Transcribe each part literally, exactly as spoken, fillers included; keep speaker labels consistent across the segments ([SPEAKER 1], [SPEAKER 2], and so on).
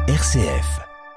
[SPEAKER 1] R C F.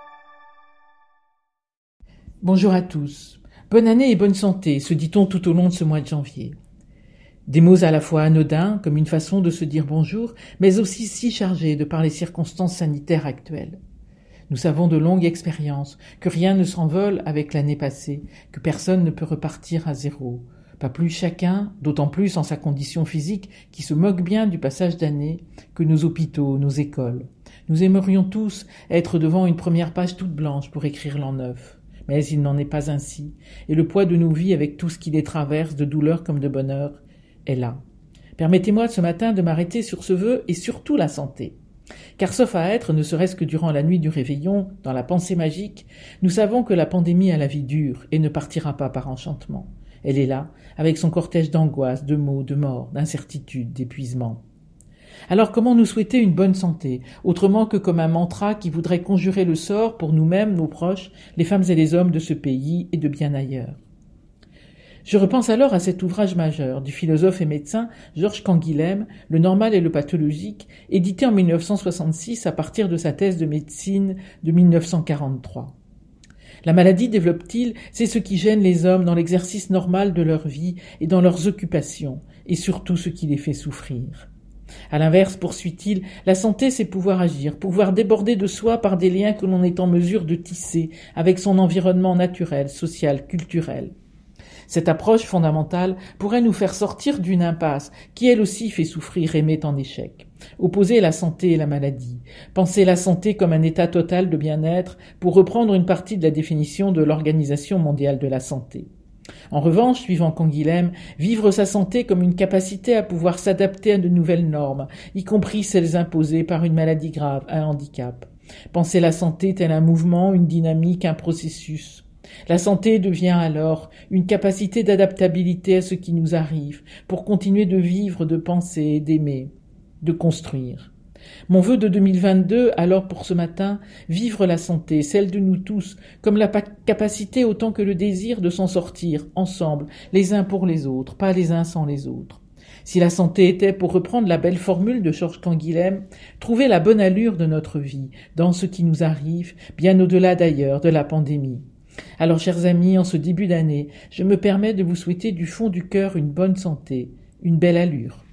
[SPEAKER 2] Bonjour à tous. Bonne année et bonne santé, se dit-on tout au long de ce mois de janvier. Des mots à la fois anodins, comme une façon de se dire bonjour, mais aussi si chargés de par les circonstances sanitaires actuelles. Nous savons de longue expérience que rien ne s'envole avec l'année passée, que personne ne peut repartir à zéro. Pas plus chacun, d'autant plus en sa condition physique, qui se moque bien du passage d'année, que nos hôpitaux, nos écoles. Nous aimerions tous être devant une première page toute blanche pour écrire l'an neuf. Mais il n'en est pas ainsi, et le poids de nos vies avec tout ce qui les traverse, de douleur comme de bonheur, est là. Permettez-moi ce matin de m'arrêter sur ce vœu et surtout la santé. Car sauf à être, ne serait-ce que durant la nuit du réveillon, dans la pensée magique, nous savons que la pandémie a la vie dure et ne partira pas par enchantement. Elle est là, avec son cortège d'angoisse, de maux, de morts, d'incertitudes, d'épuisement. Alors comment nous souhaiter une bonne santé, autrement que comme un mantra qui voudrait conjurer le sort pour nous-mêmes, nos proches, les femmes et les hommes de ce pays et de bien ailleurs? Je repense alors à cet ouvrage majeur du philosophe et médecin Georges Canguilhem, Le normal et le pathologique, édité en mille neuf cent soixante-six à partir de sa thèse de médecine de mille neuf cent quarante-trois. La maladie, développe-t-il, c'est ce qui gêne les hommes dans l'exercice normal de leur vie et dans leurs occupations, et surtout ce qui les fait souffrir. À l'inverse, poursuit-il, la santé c'est pouvoir agir, pouvoir déborder de soi par des liens que l'on est en mesure de tisser avec son environnement naturel, social, culturel. Cette approche fondamentale pourrait nous faire sortir d'une impasse qui elle aussi fait souffrir et met en échec. Opposer la santé et la maladie. Penser la santé comme un état total de bien-être pour reprendre une partie de la définition de l'Organisation mondiale de la santé. En revanche, suivant Canguilhem, vivre sa santé comme une capacité à pouvoir s'adapter à de nouvelles normes, y compris celles imposées par une maladie grave, un handicap. Penser la santé tel un mouvement, une dynamique, un processus. La santé devient alors une capacité d'adaptabilité à ce qui nous arrive, pour continuer de vivre, de penser, d'aimer, de construire. Mon vœu de deux mille vingt-deux, alors pour ce matin, vivre la santé, celle de nous tous, comme la capacité autant que le désir de s'en sortir, ensemble, les uns pour les autres, pas les uns sans les autres. Si la santé était, pour reprendre la belle formule de Georges Canguilhem, trouver la bonne allure de notre vie, dans ce qui nous arrive, bien au-delà d'ailleurs de la pandémie. Alors, chers amis, en ce début d'année, je me permets de vous souhaiter du fond du cœur une bonne santé, une belle allure.